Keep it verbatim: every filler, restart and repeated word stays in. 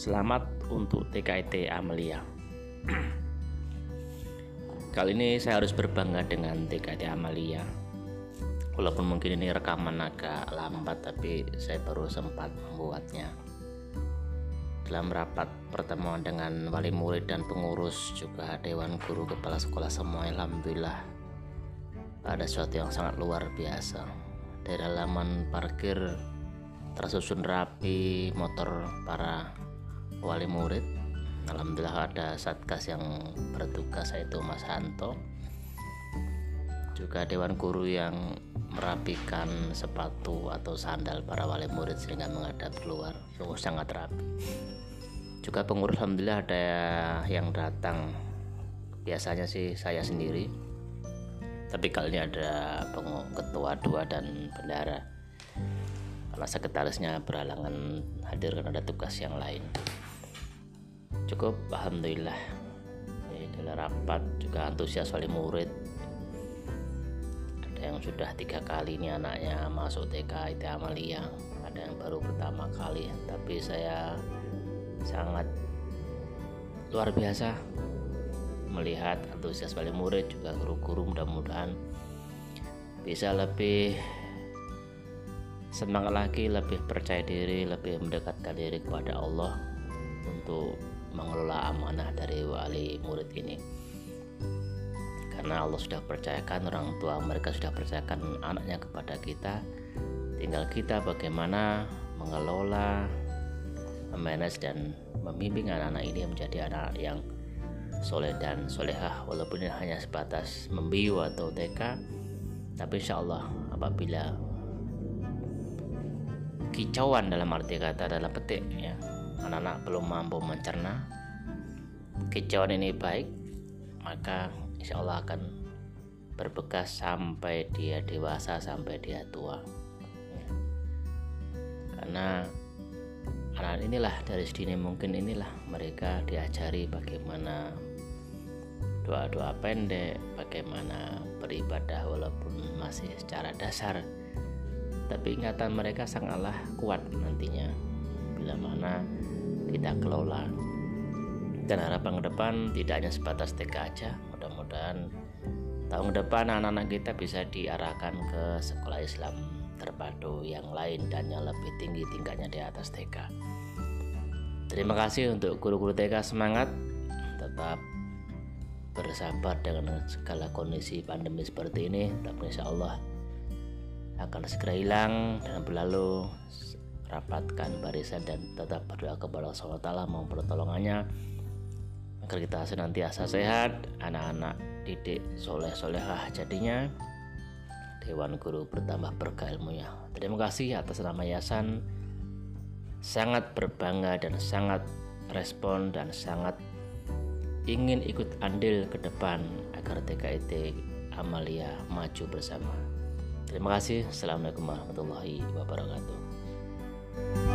Selamat untuk T K I T Amalia. Kali ini saya harus berbangga dengan T K I T Amalia. Walaupun mungkin ini rekaman agak lambat, tapi saya baru sempat membuatnya. Dalam rapat pertemuan dengan wali murid dan pengurus juga Dewan Guru Kepala Sekolah semua, alhamdulillah ada sesuatu yang sangat luar biasa. Dari halaman parkir tersusun rapi motor para wali murid. Alhamdulillah ada satgas yang bertugas, yaitu Mas Hanto, juga Dewan Guru yang merapikan sepatu atau sandal para wali murid sehingga menghadap keluar. Sungguh sangat rapi. Juga pengurus alhamdulillah ada yang datang. Biasanya sih saya sendiri, tapi kali ini ada ketua dua dan bendara karena sekretarisnya berhalangan hadir karena ada tugas yang lain. Cukup alhamdulillah. Ini dalam rapat juga antusias wali murid. Ada yang sudah tiga kali ini anaknya masuk T K I T Amalia, ada yang baru pertama kali, tapi saya sangat luar biasa melihat antusias wali murid juga guru-guru. Mudah-mudahan bisa lebih semangat lagi, lebih percaya diri, lebih mendekatkan diri kepada Allah untuk mengelola amanah dari wali murid ini, karena Allah sudah percayakan, orang tua mereka sudah percayakan anaknya kepada kita. Tinggal kita bagaimana mengelola, memanage dan membimbing anak-anak ini menjadi anak yang soleh dan solehah. Walaupun ini hanya sebatas membiu atau T K, tapi insya Allah apabila kicauan dalam arti kata dalam petik ya, anak-anak belum mampu mencerna kicauan ini baik, maka insya Allah akan berbekas sampai dia dewasa, sampai dia tua ya. Karena anak inilah dari sedini mungkin inilah mereka diajari bagaimana doa-doa pendek, bagaimana beribadah walaupun masih secara dasar, tapi ingatan mereka sangatlah kuat nantinya bila mana kita kelola. Dan harapan ke depan tidak hanya sebatas T K aja, mudah-mudahan tahun depan anak-anak kita bisa diarahkan ke sekolah Islam terpadu yang lain dan yang lebih tinggi tingkatnya di atas T K. Terima kasih untuk guru-guru T K, semangat, tetap bersabar dengan segala kondisi pandemi seperti ini, tapi insya Allah akan segera hilang dan berlalu. Rapatkan barisan dan tetap berdoa kepada Allah subhanahu wa taala mohon pertolongannya agar kita senantiasa sehat, anak-anak didik soleh solehah jadinya, Dewan Guru bertambah berkah ilmunya. Terima kasih atas nama yayasan, sangat berbangga dan sangat respon dan sangat ingin ikut andil ke depan agar T K I T Amalia maju bersama. Terima kasih. Assalamualaikum warahmatullahi wabarakatuh.